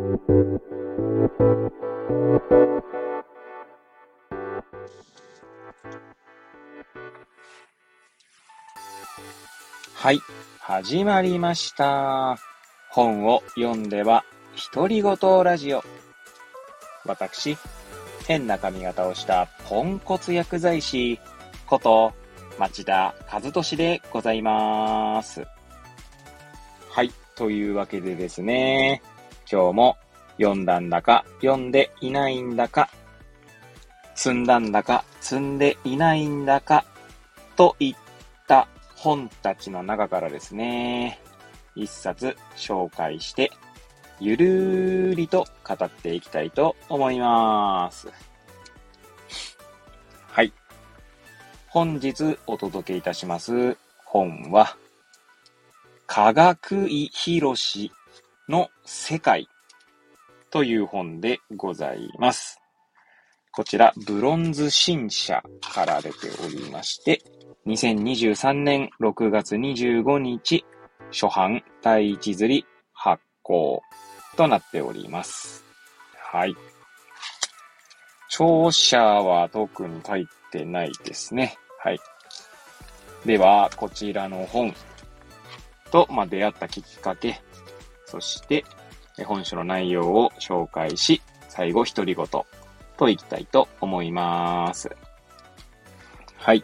はい、始まりました。本を読んでは独り言ラジオ。私、変な髪型をしたポンコツ薬剤師こと町田和俊でございます。はい、というわけでですね、今日も読んだんだか読んでいないんだか、積んだんだか積んでいないんだかといった本たちの中からですね、一冊紹介してゆるーりと語っていきたいと思います。はい。本日お届けいたします本は、かがくいひろしの世界という本でございます。こちら、ブロンズ新社から出ておりまして、2023年6月25日、初版第一刷り発行となっております。はい。著者は特に書いてないですね。はい。では、こちらの本と、出会ったきっかけ、そして、本書の内容を紹介し、最後、独り言といきたいと思います。はい。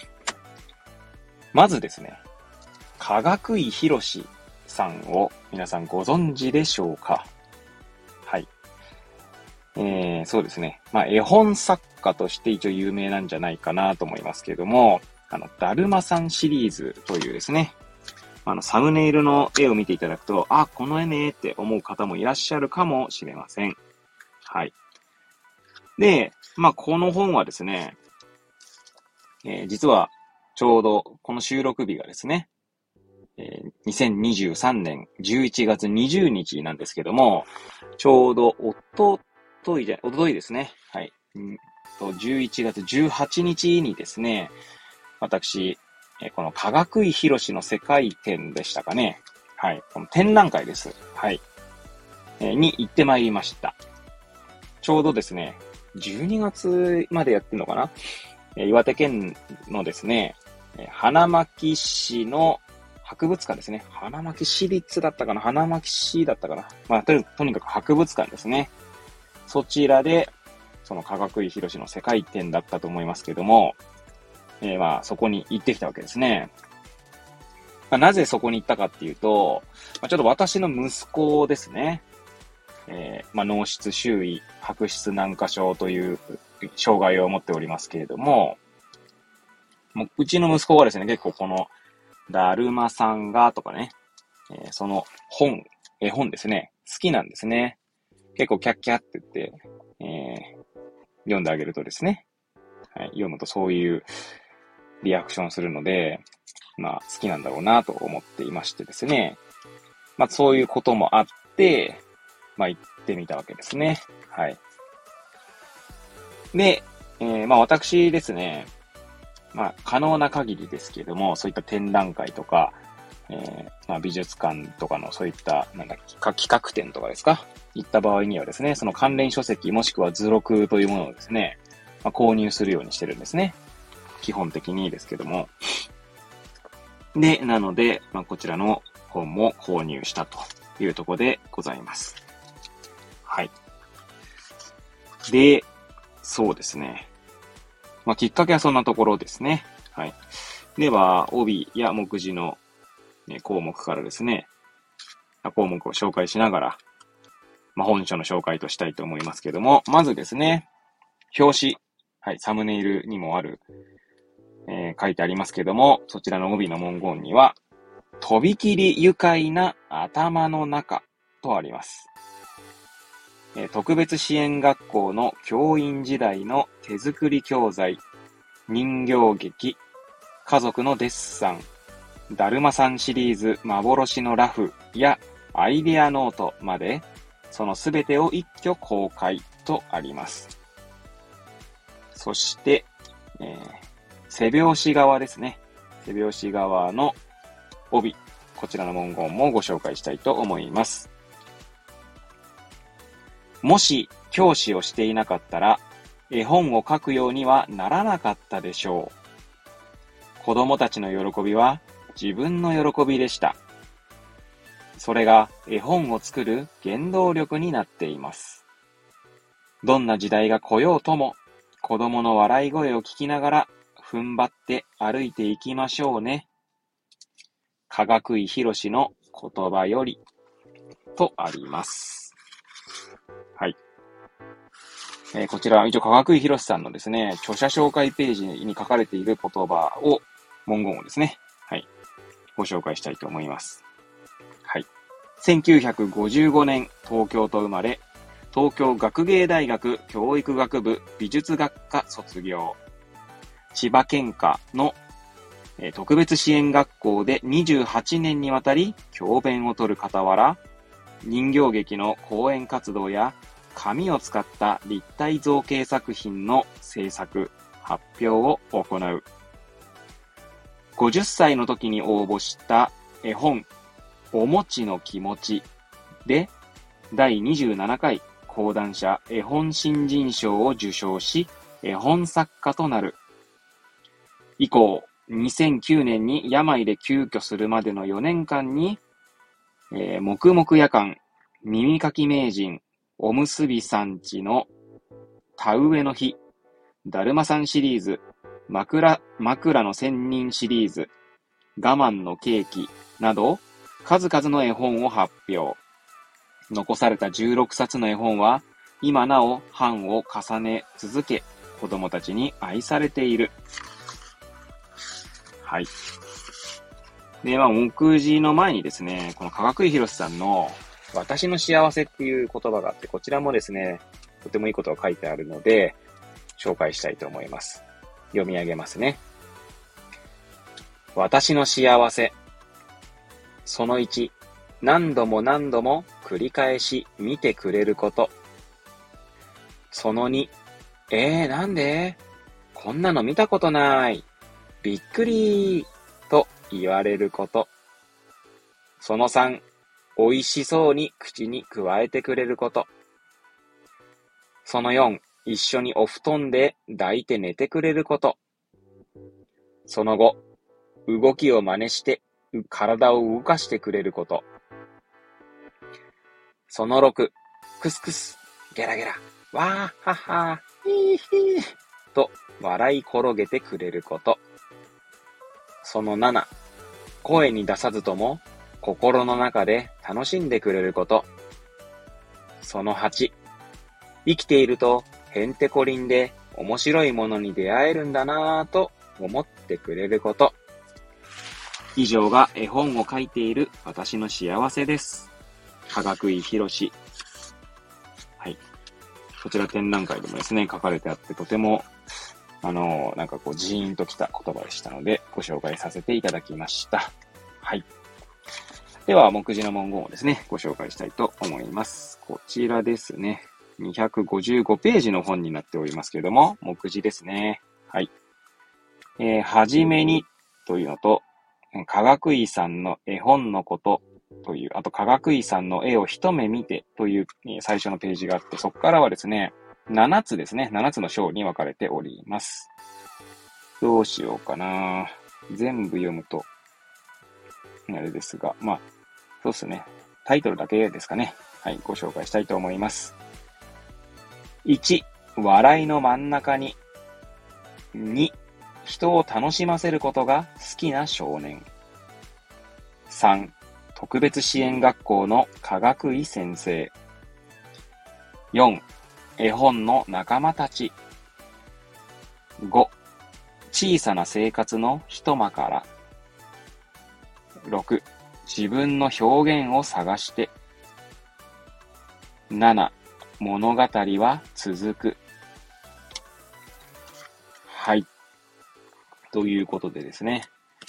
まずですね、かがくいひろしさんを皆さんご存知でしょうか？はい。そうですね。絵本作家として一応有名なんじゃないかなと思いますけれども、だるまさんシリーズというですね、サムネイルの絵を見ていただくと、あ、この絵ねって思う方もいらっしゃるかもしれません。はい。で、この本はですね、実はちょうどこの収録日がですね、2023年11月20日なんですけども、ちょうどおとといですね。はい。11月18日にですね、私、このかがくいひろしの世界展でしたかね。はい。この展覧会です。はい。に行ってまいりました。ちょうどですね、12月までやってんのかな？岩手県のですね、花巻市の博物館ですね。花巻市立だったかな？花巻市だったかな？とにかく博物館ですね。そちらで、そのかがくいひろしの世界展だったと思いますけども、そこに行ってきたわけですね。なぜそこに行ったかっていうと、ちょっと私の息子ですね。脳室周囲白質軟化症という障害を持っておりますけれども、うちの息子がですね、結構この、だるまさんがとかね、その絵本ですね、好きなんですね。結構キャッキャって言って、読んであげるとですね、はい、読むとそういうリアクションするので、好きなんだろうなと思っていましてですね。そういうこともあって、行ってみたわけですね。はい。で、私ですね、可能な限りですけども、そういった展覧会とか、美術館とかのそういった、企画展とかですか？行った場合にはですね、その関連書籍もしくは図録というものをですね、購入するようにしてるんですね。基本的にですけども。で、なので、こちらの本も購入したというところでございます。はい。で、そうですね。きっかけはそんなところですね。はい。では、帯や目次の項目からですね、項目を紹介しながら、本書の紹介としたいと思いますけども、まずですね、表紙、はい、サムネイルにもある、書いてありますけども、そちらの帯の文言には、とびきり愉快な頭の中とあります。特別支援学校の教員時代の手作り教材、人形劇、家族のデッサン、だるまさんシリーズ幻のラフやアイデアノートまで、そのすべてを一挙公開とあります。そして、背表紙側ですね。背表紙側の帯、こちらの文言もご紹介したいと思います。 もし教師をしていなかったら、絵本を書くようにはならなかったでしょう。子供たちの喜びは自分の喜びでした。それが絵本を作る原動力になっています。どんな時代が来ようとも、子供の笑い声を聞きながら踏ん張って歩いていきましょうね。かがくいひろしの言葉よりとあります。はい。こちら、一応、かがくいひろしさんのですね、著者紹介ページに書かれている言葉を、文言をですね、はい、ご紹介したいと思います。はい。1955年、東京と生まれ、東京学芸大学教育学部美術学科卒業。千葉県下の特別支援学校で28年にわたり教鞭を取る傍ら、人形劇の講演活動や紙を使った立体造形作品の制作、発表を行う。50歳の時に応募した絵本、おもちの気持ちで第27回講談社絵本新人賞を受賞し、絵本作家となる。以降、2009年に病で急遽するまでの4年間に、黙々夜間、耳かき名人、おむすびさんちの田植えの日、だるまさんシリーズ、枕の仙人シリーズ、我慢のケーキなど、数々の絵本を発表。残された16冊の絵本は、今なお版を重ね続け、子供たちに愛されている。はい。で、目次の前にですね、このかがくいひろしさんの私の幸せっていう言葉があって、こちらもですね、とてもいいことが書いてあるので、紹介したいと思います。読み上げますね。私の幸せ。その1、何度も何度も繰り返し見てくれること。その2、なんで？こんなの見たことない。びっくりと言われること。その3、美味しそうに口に加えてくれること。その4、一緒にお布団で抱いて寝てくれること。その5、動きを真似して体を動かしてくれること。その6、クスクス、ゲラゲラ、わーははー、ヒーヒーと笑い転げてくれること。その7、声に出さずとも心の中で楽しんでくれること。その8、生きているとへんてこりんで面白いものに出会えるんだなぁと思ってくれること。以上が絵本を書いている私の幸せです。かがくいひろし。はい。こちら展覧会でもですね、書かれてあってとても、なんかこうジーンときた言葉でしたので、ご紹介させていただきました。はい。では、目次の文言をですね、ご紹介したいと思います。こちらですね。255ページの本になっておりますけれども、目次ですね。はい。はじめにというのと、かがくいさんの絵本のことという、あとかがくいさんの絵を一目見てという最初のページがあって、そこからはですね、7つですね、7つの章に分かれております。どうしようかな。全部読むと、あれですが、そうですね。タイトルだけですかね。はい、ご紹介したいと思います。1、笑いの真ん中に。2、人を楽しませることが好きな少年。3、特別支援学校のかがくい先生。4、絵本の仲間たち。5、小さな生活の一間から。6、自分の表現を探して。7、物語は続く。はい。ということでですね。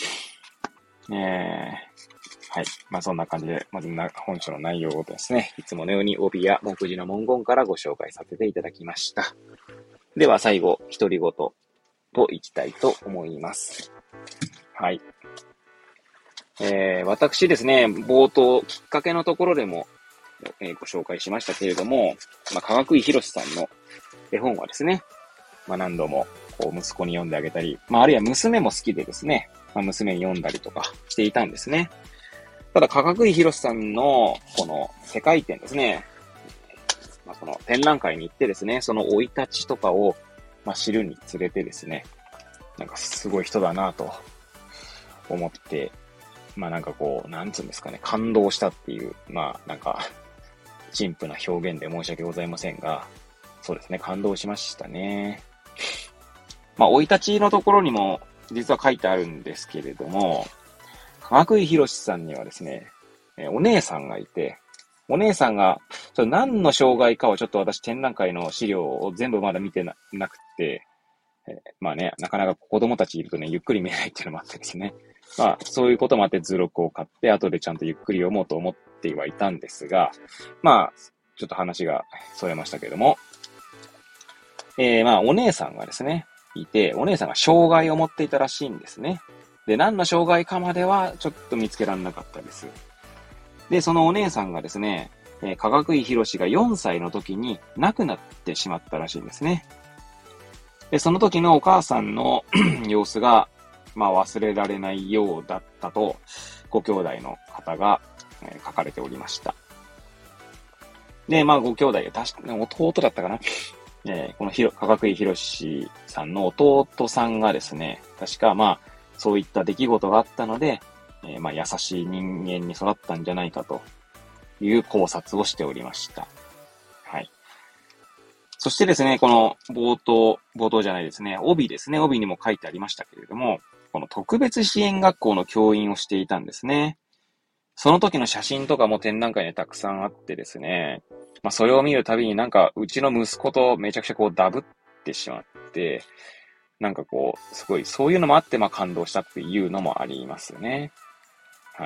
はい。そんな感じで、まず本書の内容をですね、いつものように帯や目次の文言からご紹介させていただきました。では最後、独り言といきたいと思います。はい。私ですね、冒頭、きっかけのところでも、 ご紹介しましたけれども、かがくいひろしさんの絵本はですね、何度も息子に読んであげたり、あるいは娘も好きでですね、娘に読んだりとかしていたんですね。ただ、かがくいひろしさんのこの世界展ですね、この展覧会に行ってですね、その生い立ちとかを、知るにつれてですね、なんかすごい人だなと思って、なんつうんですかね、感動したっていう、陳腐な表現で申し訳ございませんが、そうですね、感動しましたね。生い立ちのところにも実は書いてあるんですけれども、かがくいひろしさんにはですね、お姉さんがいて、お姉さんが、何の障害かをちょっと私展覧会の資料を全部まだ見てなくて、なかなか子供たちいるとね、ゆっくり見えないっていうのもあってですね。そういうこともあって図録を買って、後でちゃんとゆっくり読もうと思ってはいたんですが、ちょっと話がそれましたけれども、お姉さんがですね、いて、お姉さんが障害を持っていたらしいんですね。で、何の障害かまではちょっと見つけられなかったです。で、そのお姉さんがですね、かがくいひろしが4歳の時に亡くなってしまったらしいんですね。で、その時のお母さんの様子が、忘れられないようだったと、ご兄弟の方が、書かれておりました。で、ご兄弟、確かに弟だったかな。このかがくいひろしさんの弟さんがですね、確かそういった出来事があったので、優しい人間に育ったんじゃないかという考察をしておりました。はい。そしてですね、この冒頭じゃないですね、帯ですね、帯にも書いてありましたけれども、この特別支援学校の教員をしていたんですね。その時の写真とかも展覧会にたくさんあってですね、それを見るたびにうちの息子とめちゃくちゃダブってしまって、すごい、そういうのもあって、感動したっていうのもありますね。はい。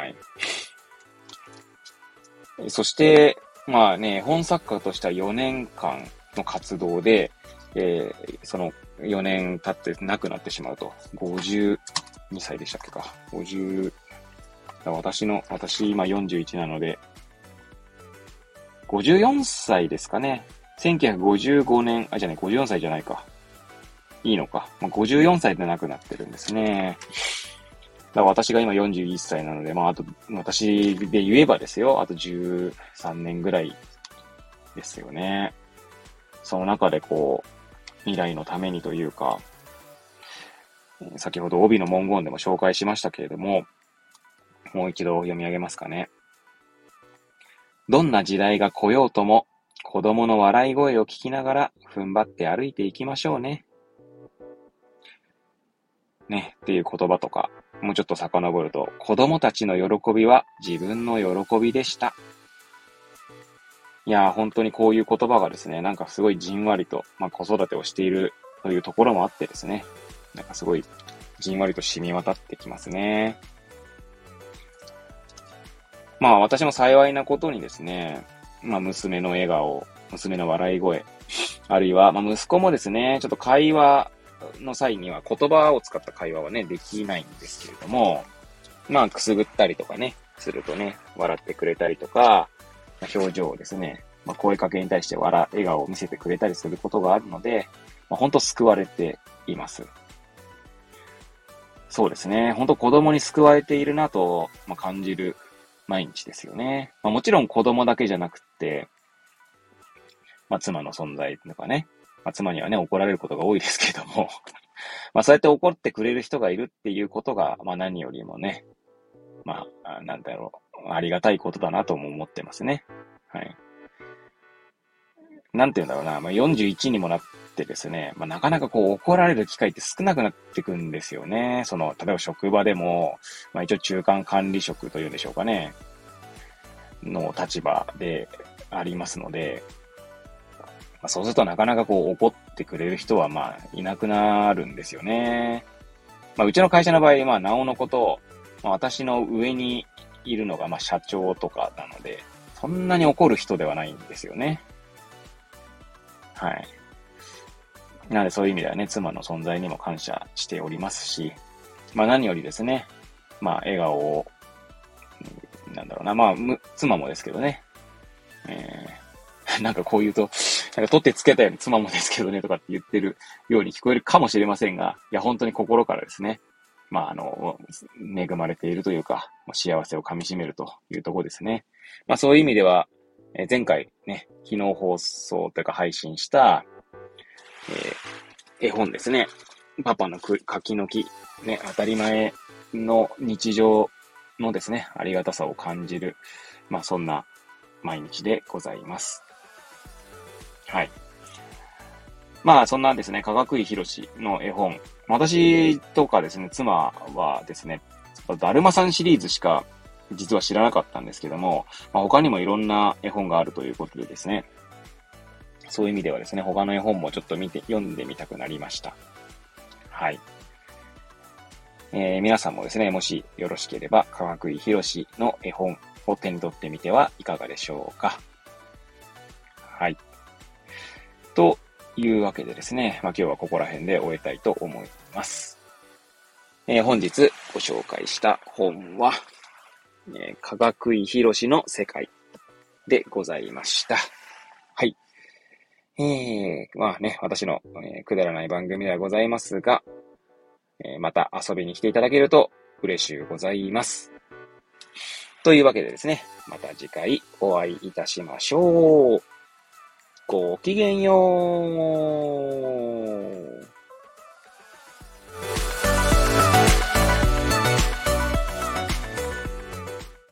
そして、本作家としては4年間の活動で、その4年経って亡くなってしまうと。52歳でしたっけか。私今41なので、54歳ですかね。1955年、54歳じゃないか。いいのか。54歳で亡くなってるんですね。だから私が今41歳なので、あと、私で言えばですよ、あと13年ぐらいですよね。その中で未来のためにというか、先ほど帯の文言でも紹介しましたけれども、もう一度読み上げますかね。どんな時代が来ようとも、子供の笑い声を聞きながら踏ん張って歩いていきましょうね。ね、っていう言葉とか、もうちょっと遡ると、子供たちの喜びは自分の喜びでした。いやー、本当にこういう言葉がですね、すごいじんわりと、子育てをしているというところもあってですね、すごいじんわりと染み渡ってきますね。私も幸いなことにですね、娘の笑顔、娘の笑い声、あるいは、息子もですね、ちょっと会話の際には言葉を使った会話はね、できないんですけれども、くすぐったりとかね、するとね、笑ってくれたりとか、表情をですね、声かけに対して笑顔を見せてくれたりすることがあるので、本当救われています。そうですね、本当子供に救われているなと、感じる毎日ですよね。もちろん子供だけじゃなくって、妻の存在とかね、妻にはね、怒られることが多いですけれども、そうやって怒ってくれる人がいるっていうことが、何よりもね、ありがたいことだなとも思ってますね。はい。41にもなってですね、なかなか怒られる機会って少なくなってくんですよね。例えば職場でも、一応中間管理職というんでしょうかね、の立場でありますので、そうするとなかなか怒ってくれる人はいなくなるんですよね。うちの会社の場合、なおのこと、私の上にいるのが社長とかなので、そんなに怒る人ではないんですよね。はい。なのでそういう意味ではね、妻の存在にも感謝しておりますし、何よりですね、笑顔を、妻もですけどね、 なんかこう言うと、なんか取ってつけたように妻もですけどねとかって言ってるように聞こえるかもしれませんが、いや本当に心からですね、恵まれているというか、幸せをかみしめるというところですね。そういう意味では、前回ね、昨日放送というか配信した、絵本ですね。パパの柿の木、ね、当たり前の日常のですね、ありがたさを感じる、そんな毎日でございます。はい。そんなですね、かがくいひろしの絵本。私とかですね、妻はですね、だるまさんシリーズしか実は知らなかったんですけども、他にもいろんな絵本があるということでですね、そういう意味ではですね、他の絵本もちょっと読んでみたくなりました。はい。皆さんもですね、もしよろしければ、かがくいひろしの絵本を手に取ってみてはいかがでしょうか。はい。というわけでですね、今日はここら辺で終えたいと思います。本日ご紹介した本は、かがくいひろしの世界でございました。はい。私の、くだらない番組ではございますが、また遊びに来ていただけると嬉しゅうございます。というわけでですね、また次回お会いいたしましょう。ごきげんよう。